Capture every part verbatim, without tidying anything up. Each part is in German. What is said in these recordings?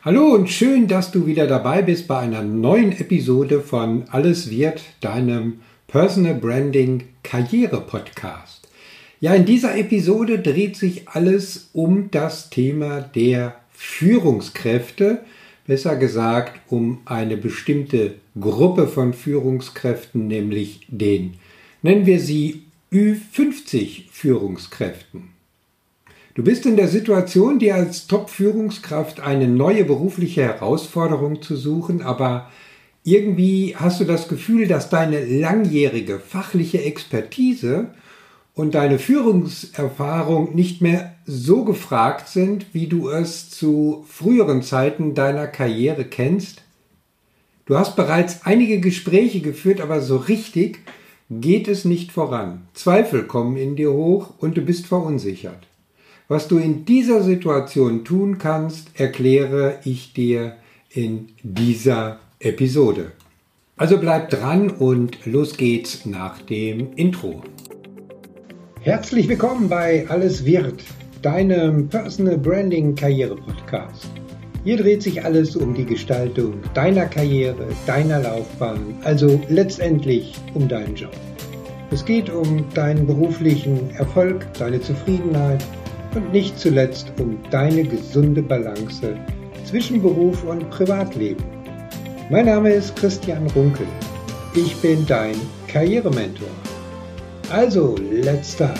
Hallo und schön, dass du wieder dabei bist bei einer neuen Episode von Alles wird, deinem Personal Branding Karriere Podcast. Ja, in dieser Episode dreht sich alles um das Thema der Führungskräfte, besser gesagt um eine bestimmte Gruppe von Führungskräften, nämlich den, nennen wir sie Ü fünfzig Führungskräften. Du bist in der Situation, dir als Top-Führungskraft eine neue berufliche Herausforderung zu suchen, aber irgendwie hast du das Gefühl, dass deine langjährige fachliche Expertise und deine Führungserfahrung nicht mehr so gefragt sind, wie du es zu früheren Zeiten deiner Karriere kennst. Du hast bereits einige Gespräche geführt, aber so richtig geht es nicht voran. Zweifel kommen in dir hoch und du bist verunsichert. Was du in dieser Situation tun kannst, erkläre ich dir in dieser Episode. Also bleib dran und los geht's nach dem Intro. Herzlich willkommen bei Alles wird, deinem Personal Branding Karriere Podcast. Hier dreht sich alles um die Gestaltung deiner Karriere, deiner Laufbahn, also letztendlich um deinen Job. Es geht um deinen beruflichen Erfolg, deine Zufriedenheit, und nicht zuletzt um deine gesunde Balance zwischen Beruf und Privatleben. Mein Name ist Christian Runkel. Ich bin dein Karrierementor. Also, let's start!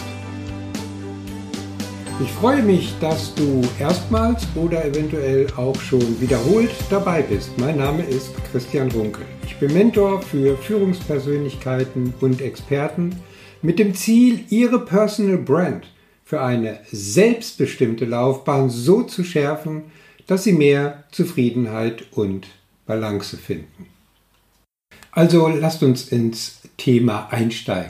Ich freue mich, dass du erstmals oder eventuell auch schon wiederholt dabei bist. Mein Name ist Christian Runkel. Ich bin Mentor für Führungspersönlichkeiten und Experten mit dem Ziel, ihre Personal Brand für eine selbstbestimmte Laufbahn so zu schärfen, dass sie mehr Zufriedenheit und Balance finden. Also lasst uns ins Thema einsteigen.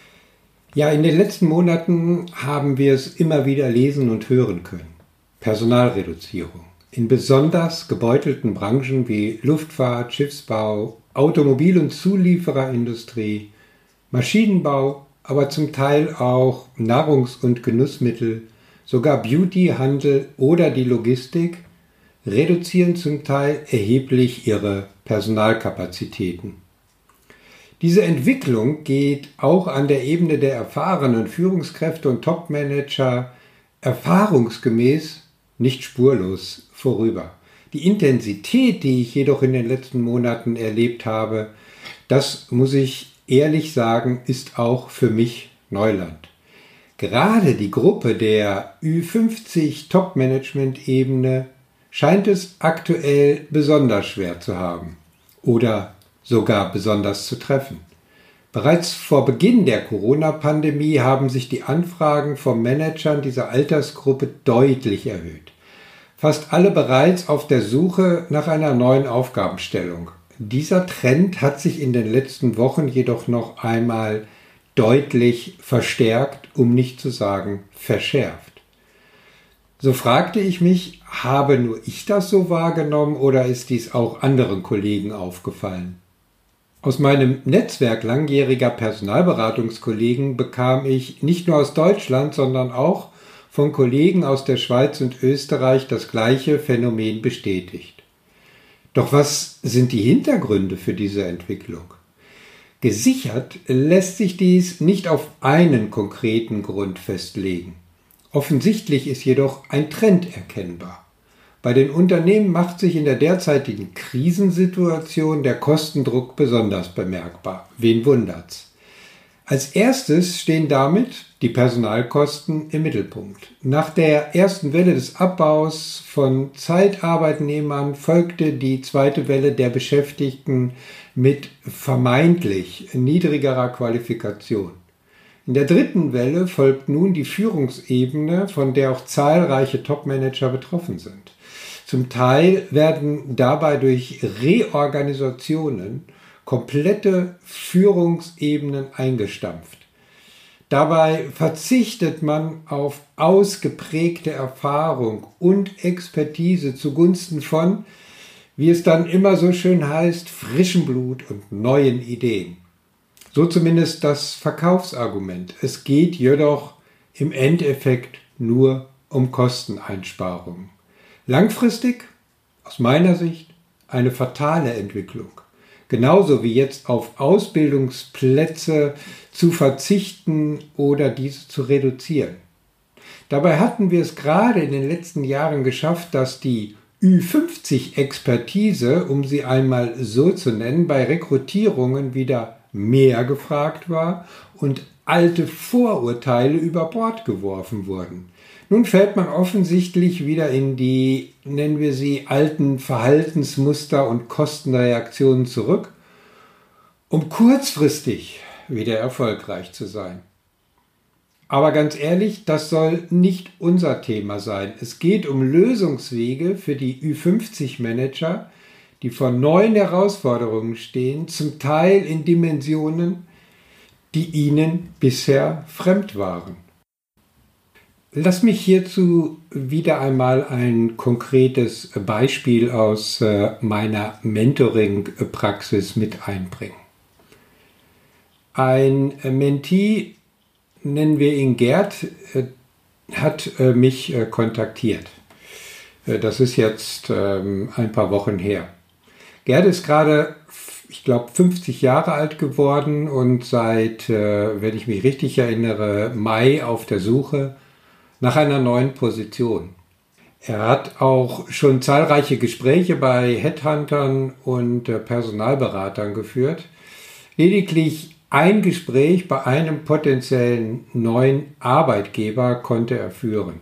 Ja, in den letzten Monaten haben wir es immer wieder lesen und hören können. Personalreduzierung. In besonders gebeutelten Branchen wie Luftfahrt, Schiffsbau, Automobil- und Zuliefererindustrie, Maschinenbau, aber zum Teil auch Nahrungs- und Genussmittel, sogar Beautyhandel oder die Logistik reduzieren zum Teil erheblich ihre Personalkapazitäten. Diese Entwicklung geht auch an der Ebene der erfahrenen Führungskräfte und Topmanager erfahrungsgemäß nicht spurlos vorüber. Die Intensität, die ich jedoch in den letzten Monaten erlebt habe, das muss ich ehrlich sagen, ist auch für mich Neuland. Gerade die Gruppe der Ü fünfzig Top-Management-Ebene scheint es aktuell besonders schwer zu haben oder sogar besonders zu treffen. Bereits vor Beginn der Corona-Pandemie haben sich die Anfragen von Managern dieser Altersgruppe deutlich erhöht. Fast alle bereits auf der Suche nach einer neuen Aufgabenstellung. Dieser Trend hat sich in den letzten Wochen jedoch noch einmal deutlich verstärkt, um nicht zu sagen verschärft. So fragte ich mich, habe nur ich das so wahrgenommen oder ist dies auch anderen Kollegen aufgefallen? Aus meinem Netzwerk langjähriger Personalberatungskollegen bekam ich nicht nur aus Deutschland, sondern auch von Kollegen aus der Schweiz und Österreich das gleiche Phänomen bestätigt. Doch was sind die Hintergründe für diese Entwicklung? Gesichert lässt sich dies nicht auf einen konkreten Grund festlegen. Offensichtlich ist jedoch ein Trend erkennbar. Bei den Unternehmen macht sich in der derzeitigen Krisensituation der Kostendruck besonders bemerkbar. Wen wundert's? Als erstes stehen damit die Personalkosten im Mittelpunkt. Nach der ersten Welle des Abbaus von Zeitarbeitnehmern folgte die zweite Welle der Beschäftigten mit vermeintlich niedrigerer Qualifikation. In der dritten Welle folgt nun die Führungsebene, von der auch zahlreiche Topmanager betroffen sind. Zum Teil werden dabei durch Reorganisationen komplette Führungsebenen eingestampft. Dabei verzichtet man auf ausgeprägte Erfahrung und Expertise zugunsten von, wie es dann immer so schön heißt, frischem Blut und neuen Ideen. So zumindest das Verkaufsargument. Es geht jedoch im Endeffekt nur um Kosteneinsparungen. Langfristig Aus meiner Sicht eine fatale Entwicklung. Genauso wie jetzt auf Ausbildungsplätze zu verzichten oder diese zu reduzieren. Dabei hatten wir es gerade in den letzten Jahren geschafft, dass die Ü fünfzig Expertise, um sie einmal so zu nennen, bei Rekrutierungen wieder mehr gefragt war und alte Vorurteile über Bord geworfen wurden. Nun fällt man offensichtlich wieder in die, nennen wir sie, alten Verhaltensmuster und Kostenreaktionen zurück, um kurzfristig wieder erfolgreich zu sein. Aber ganz ehrlich, das soll nicht unser Thema sein. Es geht um Lösungswege für die Ü fünfzig Manager, die vor neuen Herausforderungen stehen, zum Teil in Dimensionen, die ihnen bisher fremd waren. Lass mich hierzu wieder einmal ein konkretes Beispiel aus meiner Mentoring-Praxis mit einbringen. Ein Mentee, nennen wir ihn Gerd, hat mich kontaktiert. Das ist jetzt ein paar Wochen her. Gerd ist gerade, ich glaube, fünfzig Jahre alt geworden und seit, wenn ich mich richtig erinnere, Mai auf der Suche nach einer neuen Position. Er hat auch schon zahlreiche Gespräche bei Headhuntern und Personalberatern geführt. Lediglich ein Gespräch bei einem potenziellen neuen Arbeitgeber konnte er führen.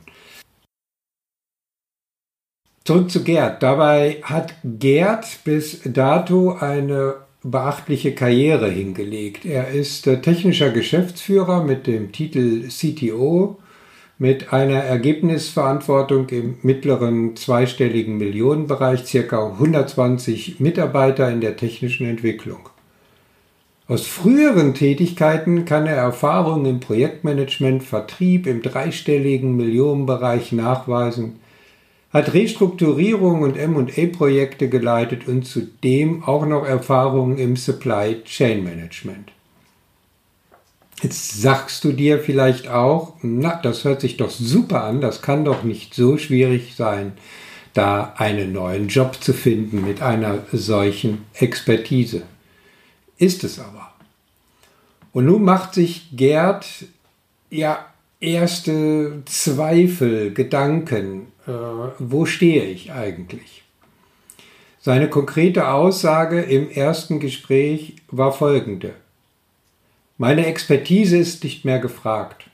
Zurück zu Gerd. Dabei hat Gerd bis dato eine beachtliche Karriere hingelegt. Er ist technischer Geschäftsführer mit dem Titel C T O, mit einer Ergebnisverantwortung im mittleren zweistelligen Millionenbereich, ca. hundertzwanzig Mitarbeiter in der technischen Entwicklung. Aus früheren Tätigkeiten kann er Erfahrungen im Projektmanagement, Vertrieb im dreistelligen Millionenbereich nachweisen, hat Restrukturierung und M und A-Projekte geleitet und zudem auch noch Erfahrungen im Supply Chain Management. Jetzt sagst du dir vielleicht auch, na, das hört sich doch super an, das kann doch nicht so schwierig sein, da einen neuen Job zu finden mit einer solchen Expertise. Ist es aber. Und nun macht sich Gerd ja erste Zweifel, Gedanken, äh, wo stehe ich eigentlich? Seine konkrete Aussage im ersten Gespräch war folgende: Meine Expertise ist nicht mehr gefragt.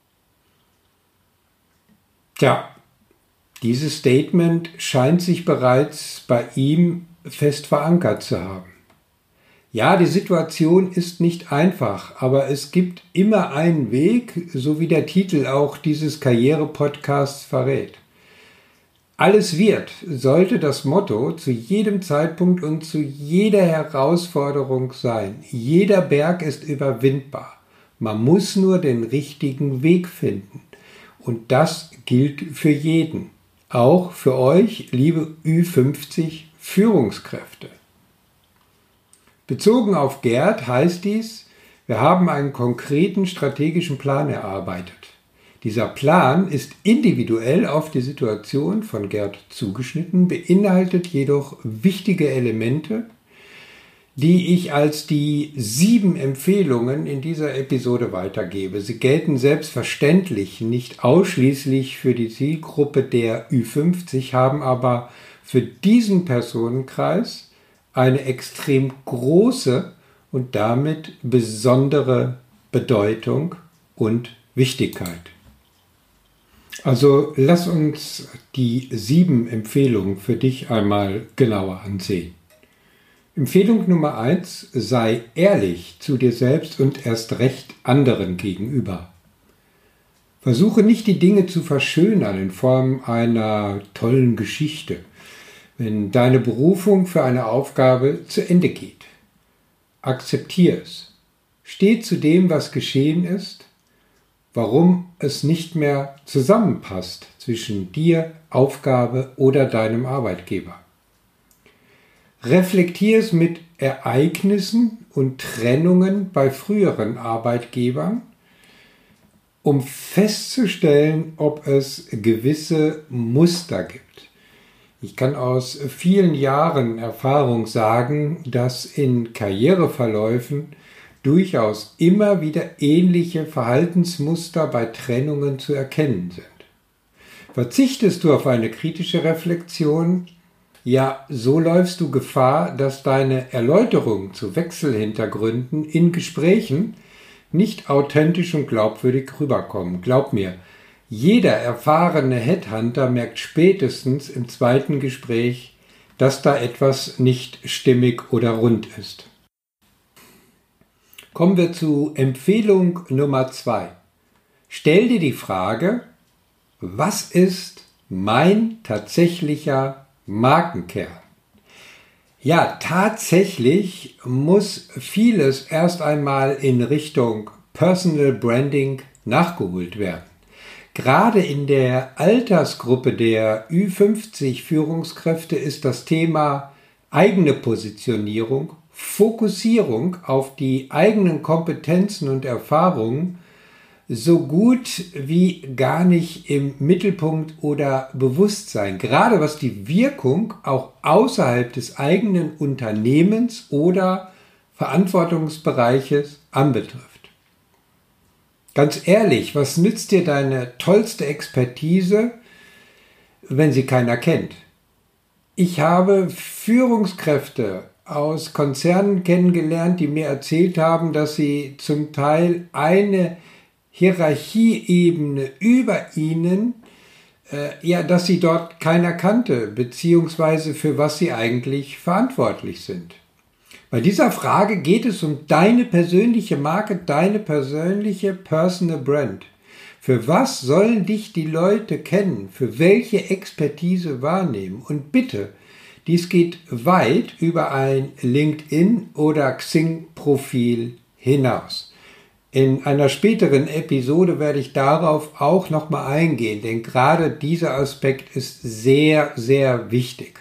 Tja, dieses Statement scheint sich bereits bei ihm fest verankert zu haben. Ja, die Situation ist nicht einfach, aber es gibt immer einen Weg, so wie der Titel auch dieses Karriere-Podcasts verrät. Alles wird, sollte das Motto zu jedem Zeitpunkt und zu jeder Herausforderung sein. Jeder Berg ist überwindbar. Man muss nur den richtigen Weg finden. Und das gilt für jeden. Auch für euch, liebe Ü fünfzig Führungskräfte. Bezogen auf Gerd heißt dies, wir haben einen konkreten strategischen Plan erarbeitet. Dieser Plan ist individuell auf die Situation von Gerd zugeschnitten, beinhaltet jedoch wichtige Elemente, die ich als die sieben Empfehlungen in dieser Episode weitergebe. Sie gelten selbstverständlich nicht ausschließlich für die Zielgruppe der Ü fünfzig, haben aber für diesen Personenkreis eine extrem große und damit besondere Bedeutung und Wichtigkeit. Also lass uns die sieben Empfehlungen für dich einmal genauer ansehen. Empfehlung Nummer eins: Sei ehrlich zu dir selbst und erst recht anderen gegenüber. Versuche nicht, die Dinge zu verschönern in Form einer tollen Geschichte, wenn deine Berufung für eine Aufgabe zu Ende geht. Akzeptiere es. Steh zu dem, was geschehen ist, warum es nicht mehr zusammenpasst zwischen dir, Aufgabe oder deinem Arbeitgeber. Reflektiere es mit Ereignissen und Trennungen bei früheren Arbeitgebern, um festzustellen, ob es gewisse Muster gibt. Ich kann aus vielen Jahren Erfahrung sagen, dass in Karriereverläufen durchaus immer wieder ähnliche Verhaltensmuster bei Trennungen zu erkennen sind. Verzichtest du auf eine kritische Reflexion, ja, so läufst du Gefahr, dass deine Erläuterungen zu Wechselhintergründen in Gesprächen nicht authentisch und glaubwürdig rüberkommen. Glaub mir, jeder erfahrene Headhunter merkt spätestens im zweiten Gespräch, dass da etwas nicht stimmig oder rund ist. Kommen wir zu Empfehlung Nummer zwei. Stell dir die Frage, was ist mein tatsächlicher Markenkern? Ja, tatsächlich muss vieles erst einmal in Richtung Personal Branding nachgeholt werden. Gerade in der Altersgruppe der Ü fünfzig Führungskräfte ist das Thema eigene Positionierung, Fokussierung auf die eigenen Kompetenzen und Erfahrungen so gut wie gar nicht im Mittelpunkt oder Bewusstsein, gerade was die Wirkung auch außerhalb des eigenen Unternehmens oder Verantwortungsbereiches anbetrifft. Ganz ehrlich, was nützt dir deine tollste Expertise, wenn sie keiner kennt? Ich habe Führungskräfte aus Konzernen kennengelernt, die mir erzählt haben, dass sie zum Teil eine Hierarchieebene über ihnen, äh, ja, dass sie dort keiner kannte, beziehungsweise für was sie eigentlich verantwortlich sind. Bei dieser Frage geht es um deine persönliche Marke, deine persönliche Personal Brand. Für was sollen dich die Leute kennen? Für welche Expertise wahrnehmen? Und bitte, dies geht weit über ein LinkedIn- oder Xing-Profil hinaus. In einer späteren Episode werde ich darauf auch nochmal eingehen, denn gerade dieser Aspekt ist sehr, sehr wichtig.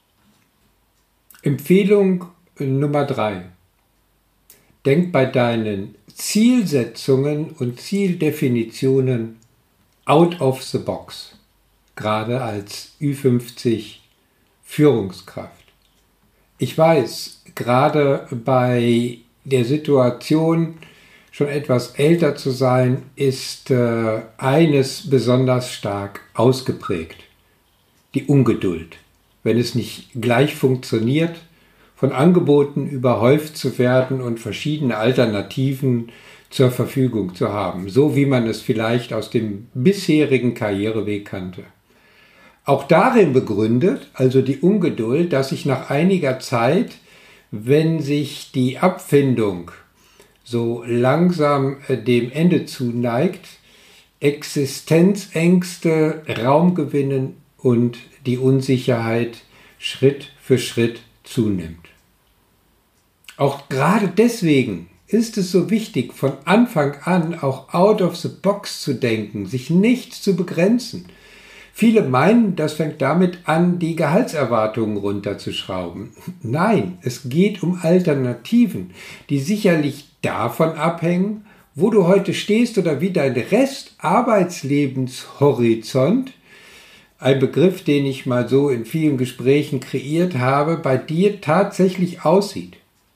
Empfehlung Nummer drei. Denk bei deinen Zielsetzungen und Zieldefinitionen out of the box, gerade als Ü fünfzig Führungskraft. Ich weiß, gerade bei der Situation, schon etwas älter zu sein, ist äh, eines besonders stark ausgeprägt: die Ungeduld. Wenn es nicht gleich funktioniert, von Angeboten überhäuft zu werden und verschiedene Alternativen zur Verfügung zu haben, so wie man es vielleicht aus dem bisherigen Karriereweg kannte. Auch darin begründet, also die Ungeduld, dass ich nach einiger Zeit, wenn sich die Abfindung so langsam dem Ende zuneigt, Existenzängste Raum gewinnen und die Unsicherheit Schritt für Schritt zunimmt. Auch gerade deswegen ist es so wichtig, von Anfang an auch out of the box zu denken, sich nicht zu begrenzen. Viele meinen, das fängt damit an, die Gehaltserwartungen runterzuschrauben. Nein, es geht um Alternativen, die sicherlich davon abhängen, wo du heute stehst oder wie dein Restarbeitslebenshorizont, ein Begriff, den ich mal so in vielen Gesprächen kreiert habe, bei dir tatsächlich aussieht.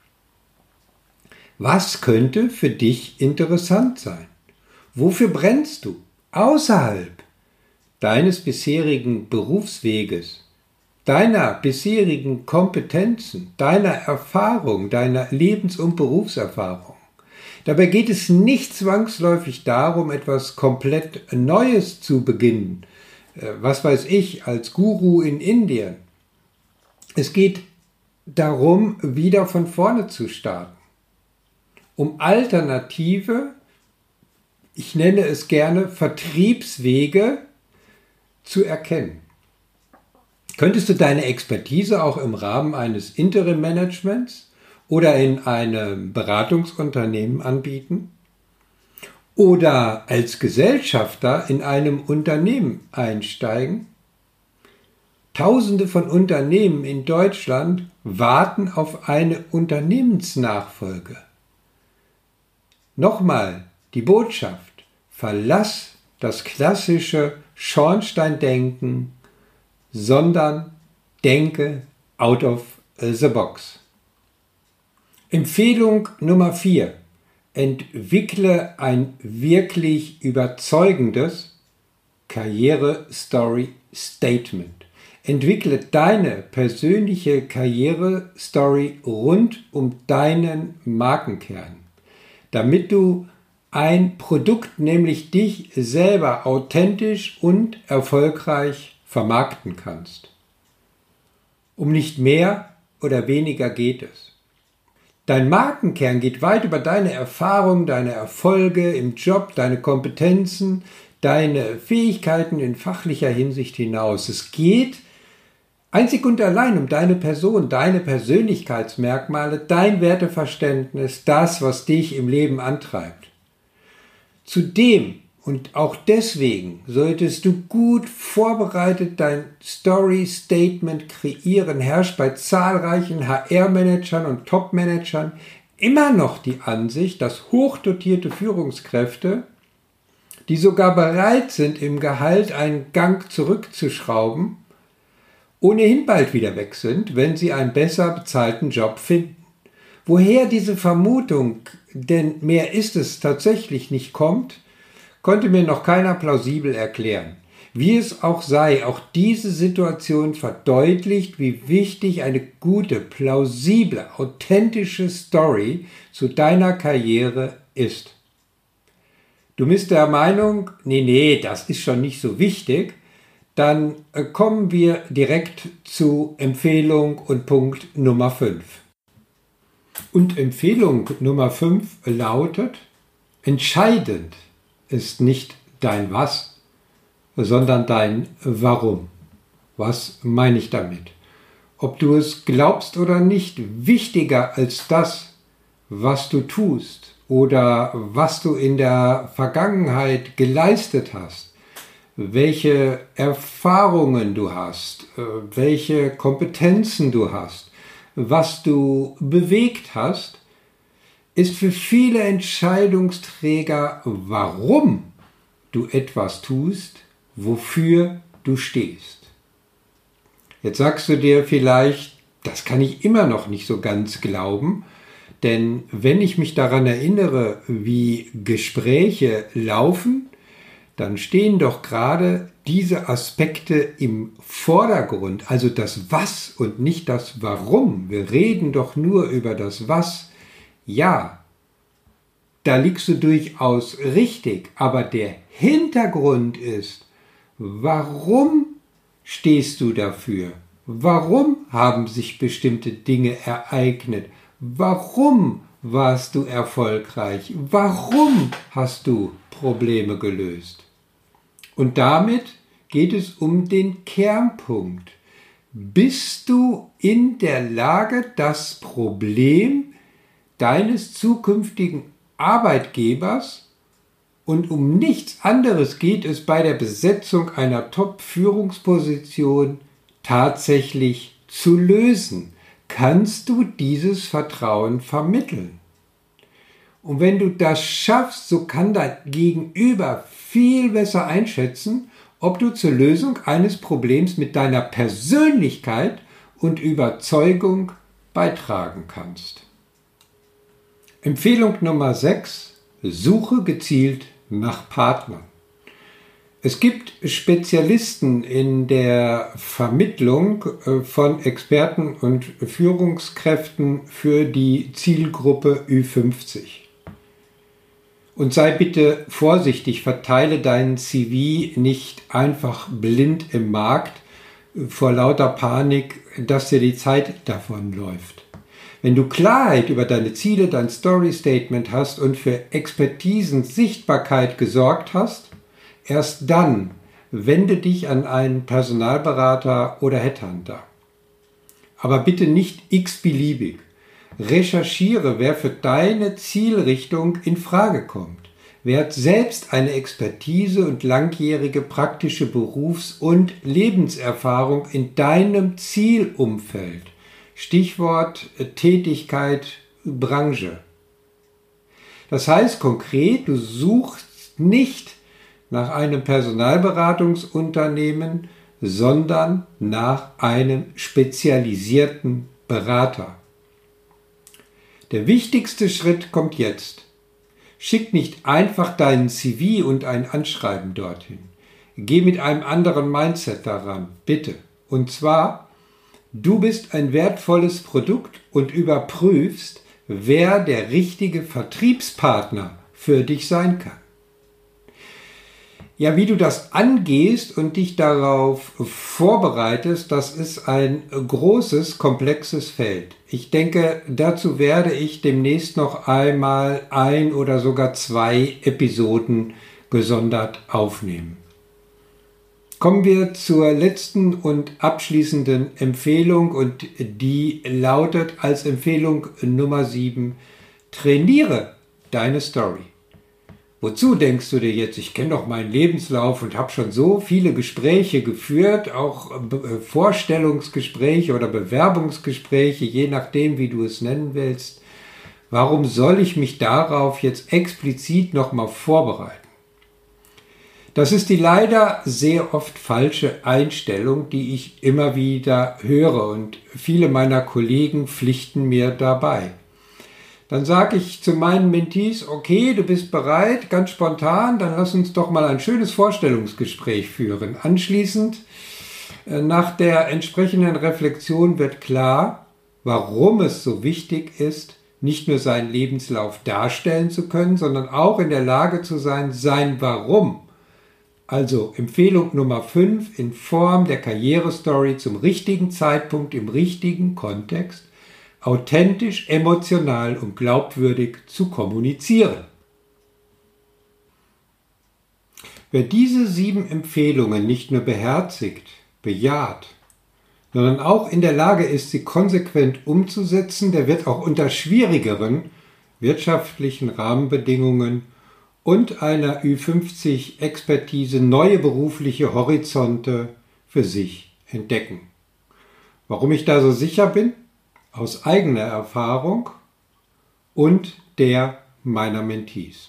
Was könnte für dich interessant sein? Wofür brennst du außerhalb deines bisherigen Berufsweges, deiner bisherigen Kompetenzen, deiner Erfahrung, deiner Lebens- und Berufserfahrung? Dabei geht es nicht zwangsläufig darum, etwas komplett Neues zu beginnen. Was weiß ich, als Guru in Indien. Es geht darum, wieder von vorne zu starten. Um alternative, ich nenne es gerne Vertriebswege zu erkennen. Könntest du deine Expertise auch im Rahmen eines Interim-Managements oder in einem Beratungsunternehmen anbieten? Oder als Gesellschafter in einem Unternehmen einsteigen? Tausende von Unternehmen in Deutschland warten auf eine Unternehmensnachfolge. Nochmal die Botschaft: Verlass das klassische Schornsteindenken, sondern Denke out of the box. Empfehlung Nummer vier. Entwickle ein wirklich überzeugendes Karriere-Story-Statement. Entwickle deine persönliche Karriere-Story rund um deinen Markenkern, damit du ein Produkt, nämlich dich selber, authentisch und erfolgreich vermarkten kannst. Um nicht mehr oder weniger geht es. Dein Markenkern geht weit über deine Erfahrungen, deine Erfolge im Job, deine Kompetenzen, deine Fähigkeiten in fachlicher Hinsicht hinaus. Es geht einzig und allein um deine Person, deine Persönlichkeitsmerkmale, dein Werteverständnis, das, was dich im Leben antreibt. Zudem und auch deswegen solltest du gut vorbereitet dein Story-Statement kreieren. Herrscht bei zahlreichen H R-Managern und Top-Managern immer noch die Ansicht, dass hochdotierte Führungskräfte, die sogar bereit sind, im Gehalt einen Gang zurückzuschrauben, ohnehin bald wieder weg sind, wenn sie einen besser bezahlten Job finden. Woher diese Vermutung, denn mehr ist es tatsächlich nicht, kommt, konnte mir noch keiner plausibel erklären. Wie es auch sei, auch diese Situation verdeutlicht, wie wichtig eine gute, plausible, authentische Story zu deiner Karriere ist. Du bist der Meinung, nee, nee, das ist schon nicht so wichtig, dann kommen wir direkt zu Empfehlung und Punkt Nummer fünf. Und Empfehlung Nummer fünf lautet: Entscheidend ist nicht dein Was, sondern dein Warum. Was meine ich damit? Ob du es glaubst oder nicht, wichtiger als das, was du tust oder was du in der Vergangenheit geleistet hast, welche Erfahrungen du hast, welche Kompetenzen du hast, was du bewegt hast, ist für viele Entscheidungsträger, warum du etwas tust, wofür du stehst. Jetzt sagst du dir vielleicht, das kann ich immer noch nicht so ganz glauben, denn wenn ich mich daran erinnere, wie Gespräche laufen, dann stehen doch gerade diese Aspekte im Vordergrund, also das Was und nicht das Warum. Wir reden doch nur über das Was. Ja, da liegst du durchaus richtig, aber der Hintergrund ist, warum stehst du dafür? Warum haben sich bestimmte Dinge ereignet? Warum warst du erfolgreich? Warum hast du Probleme gelöst? Und damit geht es um den Kernpunkt. Bist du in der Lage, das Problem deines zukünftigen Arbeitgebers, und um nichts anderes geht es bei der Besetzung einer Top-Führungsposition, tatsächlich zu lösen? Kannst du dieses Vertrauen vermitteln? Und wenn du das schaffst, so kann dein Gegenüber viel besser einschätzen, ob du zur Lösung eines Problems mit deiner Persönlichkeit und Überzeugung beitragen kannst. Empfehlung Nummer sechs. Suche gezielt nach Partnern. Es gibt Spezialisten in der Vermittlung von Experten und Führungskräften für die Zielgruppe Ü fünfzig. Und sei bitte vorsichtig, verteile deinen C V nicht einfach blind im Markt vor lauter Panik, dass dir die Zeit davonläuft. Wenn du Klarheit über deine Ziele, dein Story-Statement hast und für Expertisen, Sichtbarkeit gesorgt hast, erst dann wende dich an einen Personalberater oder Headhunter. Aber bitte nicht x-beliebig. Recherchiere, wer für deine Zielrichtung in Frage kommt. Wer hat selbst eine Expertise und langjährige praktische Berufs- und Lebenserfahrung in deinem Zielumfeld? Stichwort Tätigkeit, Branche. Das heißt konkret, du suchst nicht nach einem Personalberatungsunternehmen, sondern nach einem spezialisierten Berater. Der wichtigste Schritt kommt jetzt. Schick nicht einfach deinen C V und ein Anschreiben dorthin. Geh mit einem anderen Mindset daran, bitte. Und zwar, du bist ein wertvolles Produkt und überprüfst, wer der richtige Vertriebspartner für dich sein kann. Ja, wie du das angehst und dich darauf vorbereitest, das ist ein großes, komplexes Feld. Ich denke, dazu werde ich demnächst noch einmal ein oder sogar zwei Episoden gesondert aufnehmen. Kommen wir zur letzten und abschließenden Empfehlung und die lautet als Empfehlung Nummer sieben, trainiere deine Story. Wozu denkst du dir jetzt, ich kenne doch meinen Lebenslauf und habe schon so viele Gespräche geführt, auch Vorstellungsgespräche oder Bewerbungsgespräche, je nachdem, wie du es nennen willst. Warum soll ich mich darauf jetzt explizit nochmal vorbereiten? Das ist die leider sehr oft falsche Einstellung, die ich immer wieder höre und viele meiner Kollegen pflichten mir dabei. Dann sage ich zu meinen Mentees, okay, du bist bereit, ganz spontan, dann lass uns doch mal ein schönes Vorstellungsgespräch führen. Anschließend, nach der entsprechenden Reflexion wird klar, warum es so wichtig ist, nicht nur seinen Lebenslauf darstellen zu können, sondern auch in der Lage zu sein, sein Warum. Also Empfehlung Nummer fünf in Form der Karrierestory zum richtigen Zeitpunkt im richtigen Kontext authentisch, emotional und glaubwürdig zu kommunizieren. Wer diese sieben Empfehlungen nicht nur beherzigt, bejaht, sondern auch in der Lage ist, sie konsequent umzusetzen, der wird auch unter schwierigeren wirtschaftlichen Rahmenbedingungen und einer Ü fünfzig Expertise neue berufliche Horizonte für sich entdecken. Warum ich da so sicher bin? Aus eigener Erfahrung und der meiner Mentees.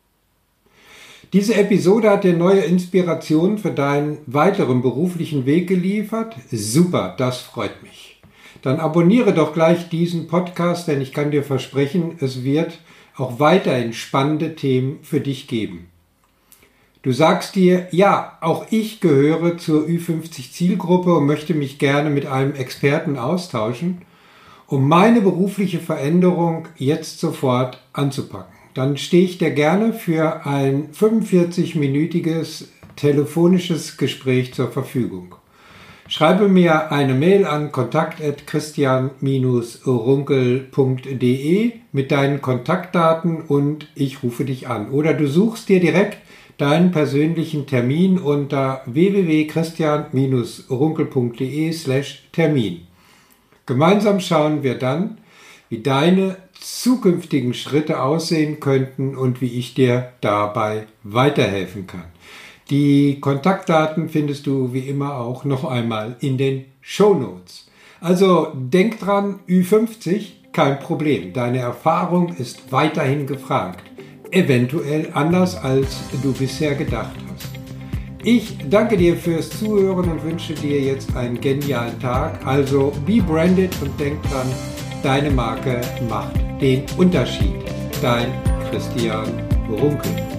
Diese Episode hat dir neue Inspirationen für deinen weiteren beruflichen Weg geliefert. Super, das freut mich. Dann abonniere doch gleich diesen Podcast, denn ich kann dir versprechen, es wird auch weiterhin spannende Themen für dich geben. Du sagst dir, ja, auch ich gehöre zur Ü fünfzig Zielgruppe und möchte mich gerne mit einem Experten austauschen, um meine berufliche Veränderung jetzt sofort anzupacken. Dann stehe ich dir gerne für ein fünfundvierzig-minütiges telefonisches Gespräch zur Verfügung. Schreibe mir eine Mail an kontakt at christian runkel punkt de mit deinen Kontaktdaten und ich rufe dich an. Oder du suchst dir direkt deinen persönlichen Termin unter w w w punkt christian runkel punkt de slash Termin. Gemeinsam schauen wir dann, wie deine zukünftigen Schritte aussehen könnten und wie ich dir dabei weiterhelfen kann. Die Kontaktdaten findest du wie immer auch noch einmal in den Shownotes. Also denk dran, Ü fünfzig, kein Problem. Deine Erfahrung ist weiterhin gefragt. Eventuell anders, als du bisher gedacht hast. Ich danke dir fürs Zuhören und wünsche dir jetzt einen genialen Tag. Also be branded und denk dran, deine Marke macht den Unterschied. Dein Christian Runkel.